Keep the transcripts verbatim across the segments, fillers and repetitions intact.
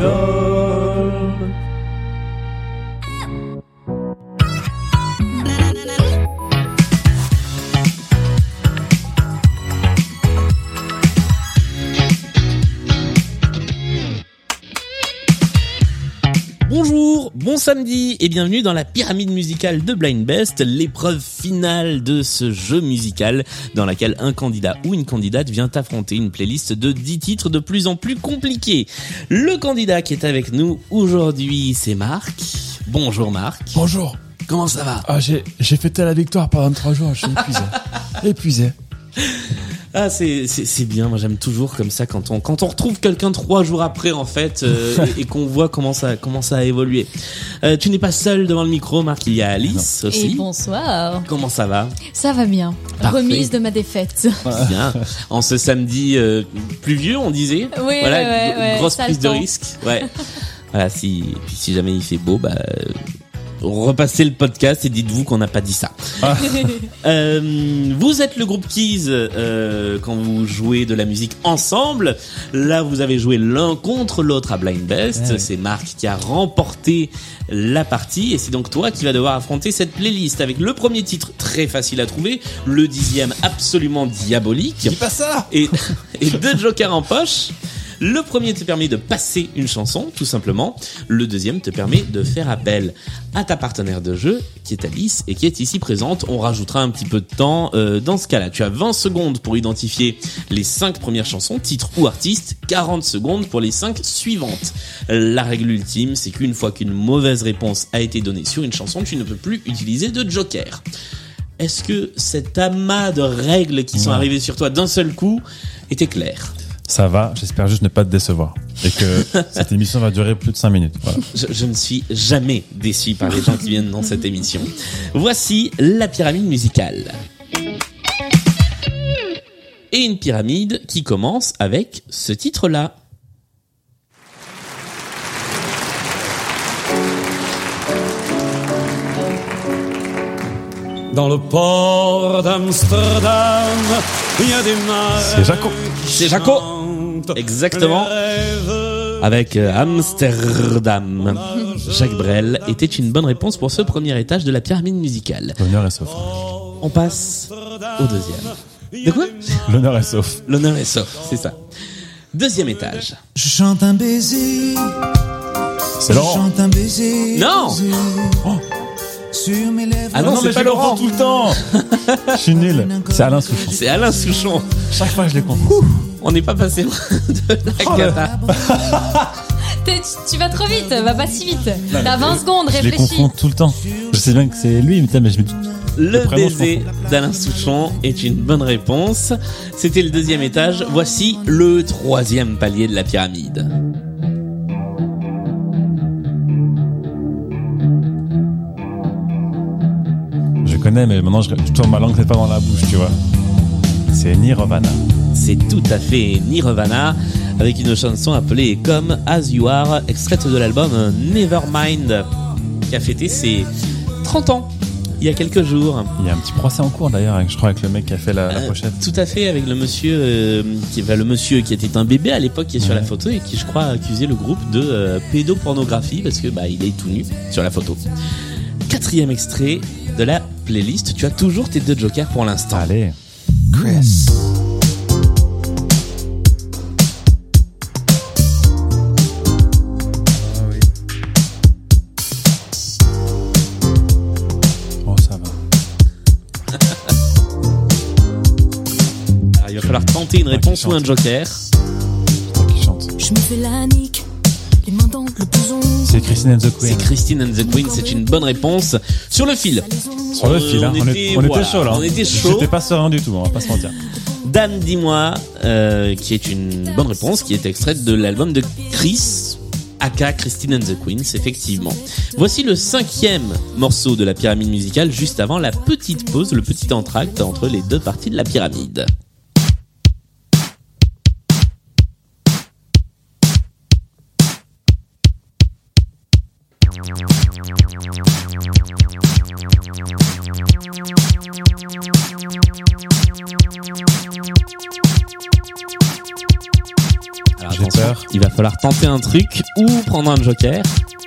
idole. Bonjour, bon samedi et bienvenue dans la pyramide musicale de Blind Best, l'épreuve finale de ce jeu musical dans laquelle un candidat ou une candidate vient affronter une playlist de dix titres de plus en plus compliqués. Le candidat qui est avec nous aujourd'hui, c'est Marc. Bonjour Marc. Bonjour. Comment ça va ? Ah, j'ai, j'ai fêté la victoire pendant trois jours, je suis épuisé. épuisé. Ah, c'est, c'est, c'est bien. Moi, j'aime toujours comme ça quand on, quand on retrouve quelqu'un trois jours après, en fait, euh, et, et qu'on voit comment ça, comment ça a évolué. Euh, tu n'es pas seul devant le micro, Marc. Il y a Alice non. aussi. Et bonsoir. Comment ça va ? Ça va bien. Parfait. Remise de ma défaite. Bien. En ce samedi euh, pluvieux, on disait. Oui, voilà, ouais, ouais, ouais, grosse prise de temps. risque. Ouais. Voilà, si, puis si jamais il fait beau, bah, euh, repassez le podcast et dites-vous qu'on n'a pas dit ça. Ah. euh, vous êtes le groupe Keys euh, quand vous jouez de la musique ensemble. Là, vous avez joué l'un contre l'autre à Blind Best. Ouais. C'est Marc qui a remporté la partie et c'est donc toi qui vas devoir affronter cette playlist avec le premier titre très facile à trouver, le dixième absolument diabolique. Dis pas ça. Et, et deux jokers en poche. Le premier te permet de passer une chanson, tout simplement. Le deuxième te permet de faire appel à ta partenaire de jeu, qui est Alice, et qui est ici présente. On rajoutera un petit peu de temps euh, dans ce cas-là. Tu as vingt secondes pour identifier les cinq premières chansons, titres ou artistes, quarante secondes pour les cinq suivantes. La règle ultime, c'est qu'une fois qu'une mauvaise réponse a été donnée sur une chanson, tu ne peux plus utiliser de joker. Est-ce que cet amas de règles qui sont ouais. arrivées sur toi d'un seul coup était clair ? Ça va, j'espère juste ne pas te décevoir. Et que cette émission va durer plus de cinq minutes. Voilà. Je, je ne suis jamais déçu par les gens qui viennent dans cette émission. Voici la pyramide musicale. Et une pyramide qui commence avec ce titre-là. Dans le port d'Amsterdam, il y a des marins. C'est Jaco. C'est Jaco. Exactement. Avec Amsterdam. Jacques Brel était une bonne réponse pour ce premier étage de la pyramide musicale. L'honneur est sauf. On passe au deuxième. De quoi ? L'honneur est sauf. L'honneur est sauf, c'est ça. Deuxième étage. Je chante un baiser. C'est Laurent. Je chante un baiser. Non. Oh. Sur mes lèvres. Ah non, non c'est mais pas je Laurent tout le temps. Je suis nul. C'est Alain Souchon. C'est Alain Souchon. Chaque fois je les confonds. On n'est pas passé loin de la oh cata. T'es, tu vas trop vite, va pas si vite. Non, t'as vingt secondes, je réfléchis. Je les confonds tout le temps. Je sais bien que c'est lui, mais, mais je me dis... Le, le prénom, baiser d'Alain Souchon est une bonne réponse. C'était le deuxième étage. Voici le troisième palier de la pyramide. Je connais, mais maintenant je, je tourne ma langue, c'est pas dans la bouche, tu vois. C'est Nirvana. C'est tout à fait Nirvana, avec une chanson appelée Come As You Are, extraite de l'album Nevermind, qui a fêté ses trente ans, il y a quelques jours. Il y a un petit procès en cours d'ailleurs, je crois, avec le mec qui a fait la, la pochette. Euh, tout à fait, avec le monsieur, euh, qui, enfin, le monsieur qui était un bébé à l'époque, qui est ouais. sur la photo, et qui, je crois, accusait le groupe de euh, pédopornographie, parce que bah, il est tout nu sur la photo. Quatrième extrait de la playlist, tu as toujours tes deux jokers pour l'instant. Allez. Chris. Oh, ça va. Alors, il va falloir tenter une réponse ou un joker. C'est toi qui chante. Je me fais la nique, les mains dans le blouson. C'est Christine and the Queen. C'est Christine and the Queen, c'est une bonne réponse. Sur le fil. Sur le fil, hein. on, on, était, est, on voilà, était chaud là. On était chaud. J'étais pas serein du tout, on va pas se mentir. Dan, dis-moi, euh, qui est une bonne réponse, qui est extraite de l'album de Chris, aka Christine and the Queens, effectivement. Voici le cinquième morceau de la pyramide musicale, juste avant la petite pause, le petit entracte entre les deux parties de la pyramide. J'ai peur. Joker. Il va falloir tenter un truc ou prendre un joker.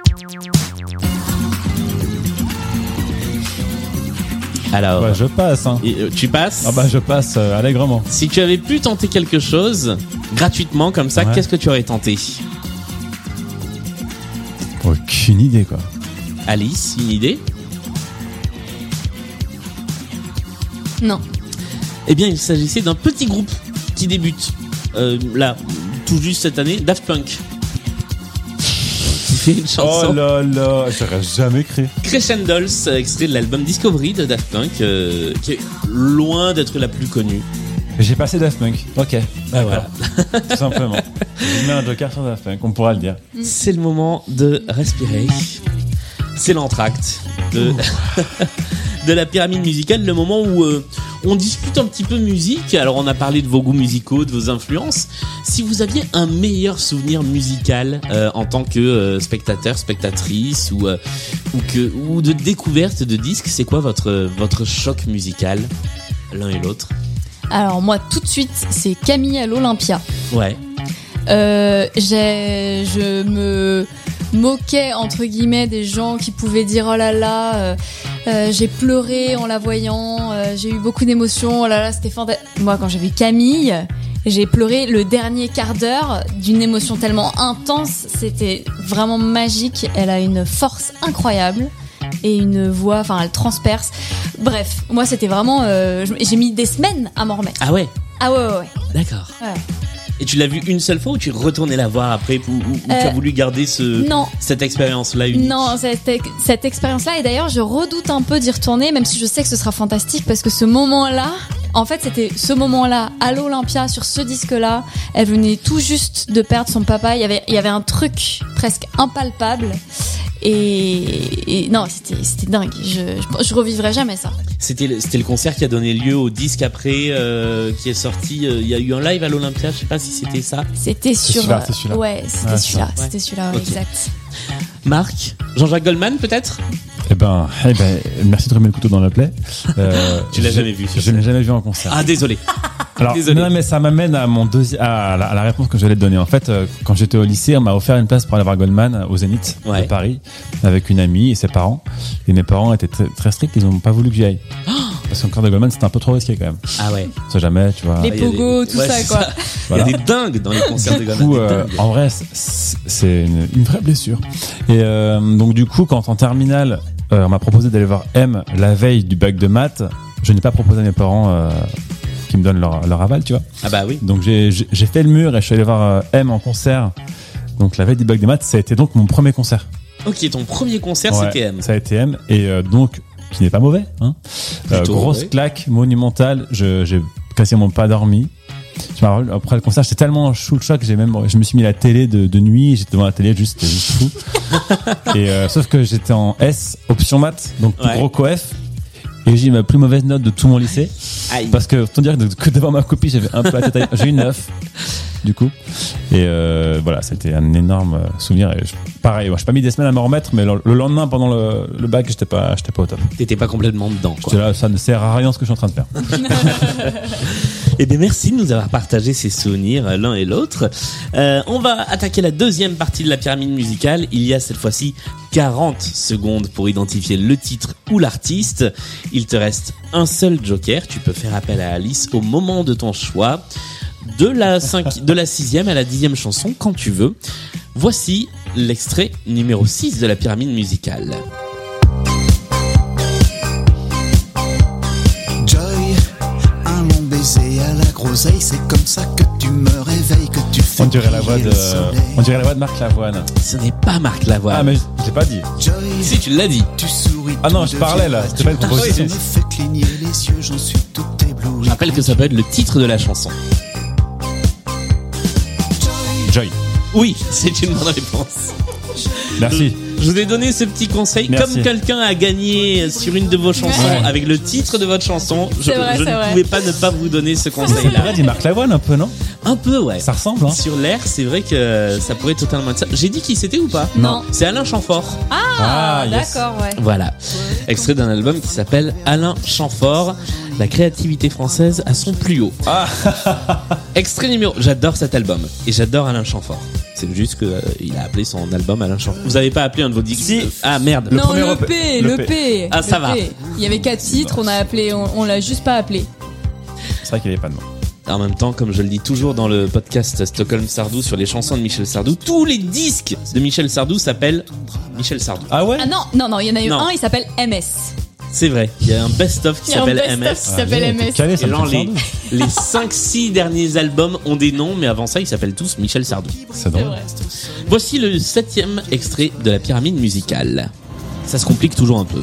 Alors, Ouais, je passe, hein. et, euh, tu passes. Ah bah, je passe euh, allègrement. Si tu avais pu tenter quelque chose gratuitement comme ça, Ouais. qu'est-ce que tu aurais tenté? Aucune idée, quoi. Alice, une idée? Non. Eh bien, il s'agissait d'un petit groupe qui débute euh, là, tout juste cette année, Daft Punk. Qui fait une chanson. Oh là là, j'aurais jamais cru. Crescendols, extrait de l'album Discovery de Daft Punk, euh, qui est loin d'être la plus connue. J'ai passé Daft Punk. Ok. Bah voilà. Tout simplement. J'ai mis un joker sur Daft Punk, on pourra le dire. C'est le moment de respirer. C'est l'entracte de, de la pyramide musicale, le moment où euh, on discute un petit peu musique. Alors on a parlé de vos goûts musicaux, de vos influences. Si vous aviez un meilleur souvenir musical euh, en tant que euh, spectateur, spectatrice ou, euh, ou, que, ou de découverte de disques, c'est quoi votre, votre choc musical, l'un et l'autre? Alors moi, tout de suite, c'est Camille à l'Olympia. Ouais. Euh, j'ai, je me moquais entre guillemets des gens qui pouvaient dire oh là là, euh, euh, j'ai pleuré en la voyant, euh, j'ai eu beaucoup d'émotions, oh là là, c'était fantastique. Moi, quand j'ai vu Camille, j'ai pleuré le dernier quart d'heure d'une émotion tellement intense, c'était vraiment magique. Elle a une force incroyable et une voix, enfin, elle transperce. Bref, moi, c'était vraiment, euh, j'ai mis des semaines à m'en remettre. Ah ouais. Ah ouais, ouais, ouais. D'accord. Ouais. Et tu l'as vu une seule fois ou tu retournais la voir après ou, ou, ou tu as Euh, voulu garder ce, Non. cette expérience-là unique? Non, cette, cette expérience-là, et d'ailleurs, je redoute un peu d'y retourner, même si je sais que ce sera fantastique, parce que ce moment-là, en fait, c'était ce moment-là, à l'Olympia, sur ce disque-là, elle venait tout juste de perdre son papa, il y avait, il y avait un truc presque impalpable, et, et non, c'était, c'était dingue, je, je, je revivrai jamais ça. C'était le, c'était le concert qui a donné lieu au disque après, euh, qui est sorti. euh, Il y a eu un live à l'Olympia, je sais pas si c'était ça. C'était sur... celui-là, c'est celui-là. Ouais, c'était Ah, celui-là, ça. c'était celui-là, ouais, Ok. exact. Marc, Jean-Jacques Goldman peut-être? Eh ben, eh ben, merci de remettre le couteau dans la plaie. Euh, Tu l'as je- jamais vu, sur Je scène. l'ai jamais vu en concert. Ah désolé. Alors, désolé. non, mais ça m'amène à mon deuxième, à la, à la réponse que j'allais te donner. En fait, euh, quand j'étais au lycée, on m'a offert une place pour aller voir Goldman au Zénith Ouais. de Paris avec une amie et ses parents. Et mes parents étaient très, très stricts, ils ont pas voulu que j'y aille. Parce qu'un concert de Goldman, c'était un peu trop risqué quand même. Ah ouais. On sait jamais, tu vois. Les Il y a des- pogos, tout Ouais, ça, c'est quoi. Voilà. Il y a des dingues dans les concerts de Du Goldman. coup, des euh, dingues. en vrai, c'est- c'est une, une vraie blessure. Et euh, donc du coup, quand en terminale, euh, on m'a proposé d'aller voir M la veille du bac de maths, je n'ai pas proposé à mes parents euh, qui me donnent leur, leur aval, tu vois. Ah bah oui. Donc j'ai j'ai j'ai fait le mur et je suis allé voir euh, M en concert. Donc la veille du bac de maths, ça a été donc mon premier concert. Ok, ton premier concert Ouais, c'était M. Ça a été M et euh, donc qui n'est pas mauvais, hein. Euh, Plutôt, grosse ouais. claque monumentale. Je j'ai quasiment pas dormi. Je me rappelle, après le concert, j'étais tellement sous le choc, j'ai même, je me suis mis la télé de, de nuit, j'étais devant la télé, juste, c'était juste fou. Et euh, sauf que j'étais en S, option maths, donc plus Ouais. gros coef. Et j'ai eu ma plus mauvaise note de tout mon lycée. Aïe. Parce que, autant dire que, que devant ma copie, j'avais un peu la tête ailleurs. J'ai eu neuf, du coup. Et euh, voilà, c'était un énorme euh, souvenir. Et je- pareil, moi, j'ai pas mis des semaines à me remettre, mais le, le lendemain, pendant le, le bac, j'étais pas, j'étais pas au top. T'étais pas complètement dedans, quoi. J'étais là, ça ne sert à rien ce que je suis en train de faire. Eh bien, merci de nous avoir partagé ces souvenirs euh, l'un et l'autre. Euh, on va attaquer la deuxième partie de la pyramide musicale. Il y a cette fois-ci quarante secondes pour identifier le titre ou l'artiste. Il te reste un seul joker. Tu peux faire appel à Alice au moment de ton choix. De la cinq, de la sixième à la dixième chanson, quand tu veux. Voici l'extrait numéro six de la pyramide musicale. Joy, un long baiser à la groseille, c'est comme ça que tu me réveilles, que tu fais On dirait la voix briller de, le soleil. on dirait la voix de Marc Lavoine. Ce n'est pas Marc Lavoine. Ah, mais je, je l'ai pas dit. Joy, Si, tu l'as dit. tu souris. Ah non, tout je parlais, là, devient c'était pas une radieux. proposition. Tu me fais cligner les yeux, j'en suis tout ébloui. Je rappelle que ça peut être le titre de la chanson. Joy. Oui, c'est une bonne réponse. Merci. Je vous ai donné ce petit conseil. Merci. Comme quelqu'un a gagné sur une de vos chansons Ouais. avec le titre de votre chanson, je, C'est vrai, je c'est ne vrai. pouvais pas ne pas vous donner ce C'est conseil-là. vrai, dit Marc Lavoine un peu, non? Un peu, ouais. Ça ressemble, hein? Sur l'air, c'est vrai que ça pourrait totalement être ça. J'ai dit qui c'était ou pas? Non. C'est Alain Chamfort. Ah, Ah, yes. d'accord, ouais. Voilà. Extrait d'un album qui s'appelle Alain Chamfort. La créativité française à son plus haut. Ah. Extrait numéro. J'adore cet album et j'adore Alain Chamfort. C'est juste que euh, il a appelé son album Alain Chamfort. Vous avez pas appelé un de vos disques Si. Ah merde. Non, premier le E P. P, Le le P. P. Ah, ça le va. P. Il y avait quatre titres, on a appelé, on, on l'a juste pas appelé. C'est vrai qu'il n'y avait pas de nom. En même temps, comme je le dis toujours dans le podcast Stockholm Sardou sur les chansons de Michel Sardou, tous les disques de Michel Sardou s'appellent Michel Sardou. Ah ouais? Ah non, non, non, il y en a eu Non. un, il s'appelle M S. C'est vrai. Il y a un best-of qui Il y a un s'appelle best-of M S. qui s'appelle Ah, M S. calé, Et ça me genre fait les, Sardou. les cinq six derniers albums ont des noms, mais avant ça, ils s'appellent tous Michel Sardou. C'est C'est drôle. vrai. Voici le septième extrait de la pyramide musicale. Ça se complique toujours un peu.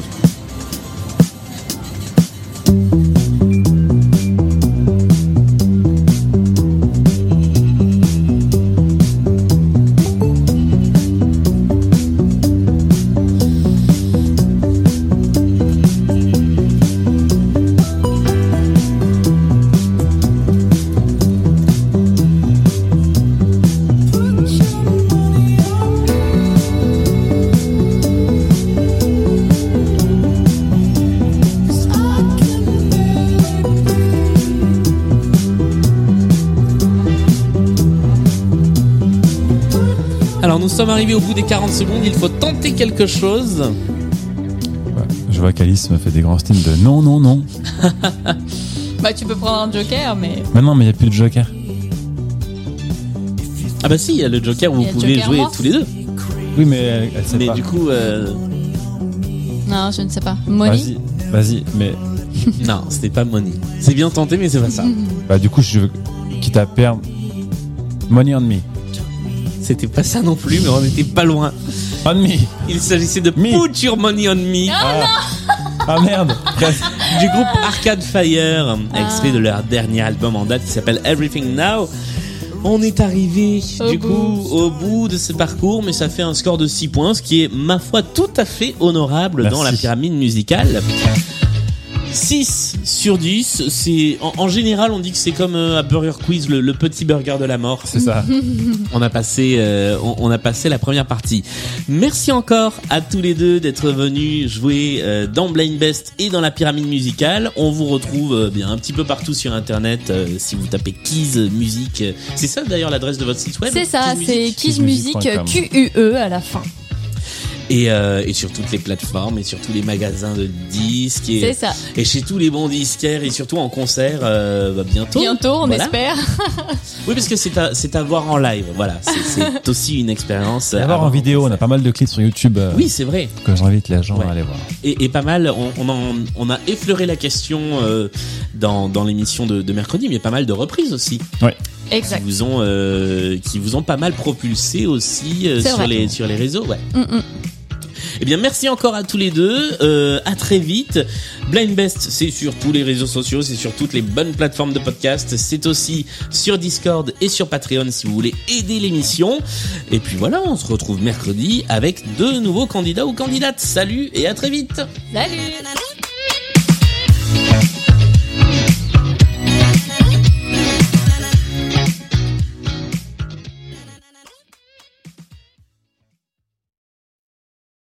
Alors nous sommes arrivés au bout des quarante secondes, il faut tenter quelque chose. Ouais. Je vois qu'Alice me fait des grands styles de non, non, non. Bah, tu peux prendre un joker, mais. Maintenant, mais il n'y a plus de joker. Ah bah si, il y a le Joker où Il y vous a pouvez Joker jouer Morph. tous les deux. Oui, mais elle, elle sait Mais pas. du coup, euh... Non, je ne sais pas. Molly. Vas-y, vas-y, mais non, c'était pas Money. C'est bien tenté, mais c'est pas ça. bah du coup, je veux quitte à perdre Money on me. C'était pas ça non plus, mais on était pas loin. On me. Il s'agissait de Me. Put Your Money on Me Ah merde. Presque. du groupe Arcade Fire, extrait de leur dernier album en date qui s'appelle Everything Now. On est arrivé Au du bout. coup au bout de ce parcours, mais ça fait un score de six points, ce qui est ma foi tout à fait honorable Merci. dans la pyramide musicale. six sur dix, c'est en, en général on dit que c'est comme euh, à Burger Quiz le, le petit burger de la mort. C'est ça. On a passé, euh, on, on a passé la première partie. Merci encore à tous les deux d'être venus jouer euh, dans Blind Best et dans la pyramide musicale. On vous retrouve euh, bien un petit peu partout sur internet euh, si vous tapez Keys Music. C'est ça d'ailleurs l'adresse de votre site web. C'est ça, Keys c'est Music. Kiss Music Music point com. Q U E à la fin. Et, euh, et sur toutes les plateformes et sur tous les magasins de disques et, C'est ça. et chez tous les bons disquaires et surtout en concert euh, bah, bientôt. Bientôt, on Voilà. espère. Oui, parce que c'est à, c'est à voir en live. Voilà, c'est, c'est aussi une expérience. Et à à voir en vidéo, on a pas mal de clips sur YouTube euh, Oui, c'est vrai. que j'invite les gens Ouais. à aller voir. Et, et pas mal, on, on, en- on a effleuré la question euh, dans, dans l'émission de, de mercredi, mais il y a pas mal de reprises aussi qui Exact. vous ont euh, qui vous ont pas mal propulsé aussi euh, C'est sur vrai. les sur les réseaux. Ouais. Mm, mm. Eh bien, merci encore à tous les deux. Euh, à très vite. Blind Best, c'est sur tous les réseaux sociaux, c'est sur toutes les bonnes plateformes de podcast. C'est aussi sur Discord et sur Patreon si vous voulez aider l'émission. Et puis voilà, on se retrouve mercredi avec deux nouveaux candidats ou candidates. Salut et à très vite. Salut.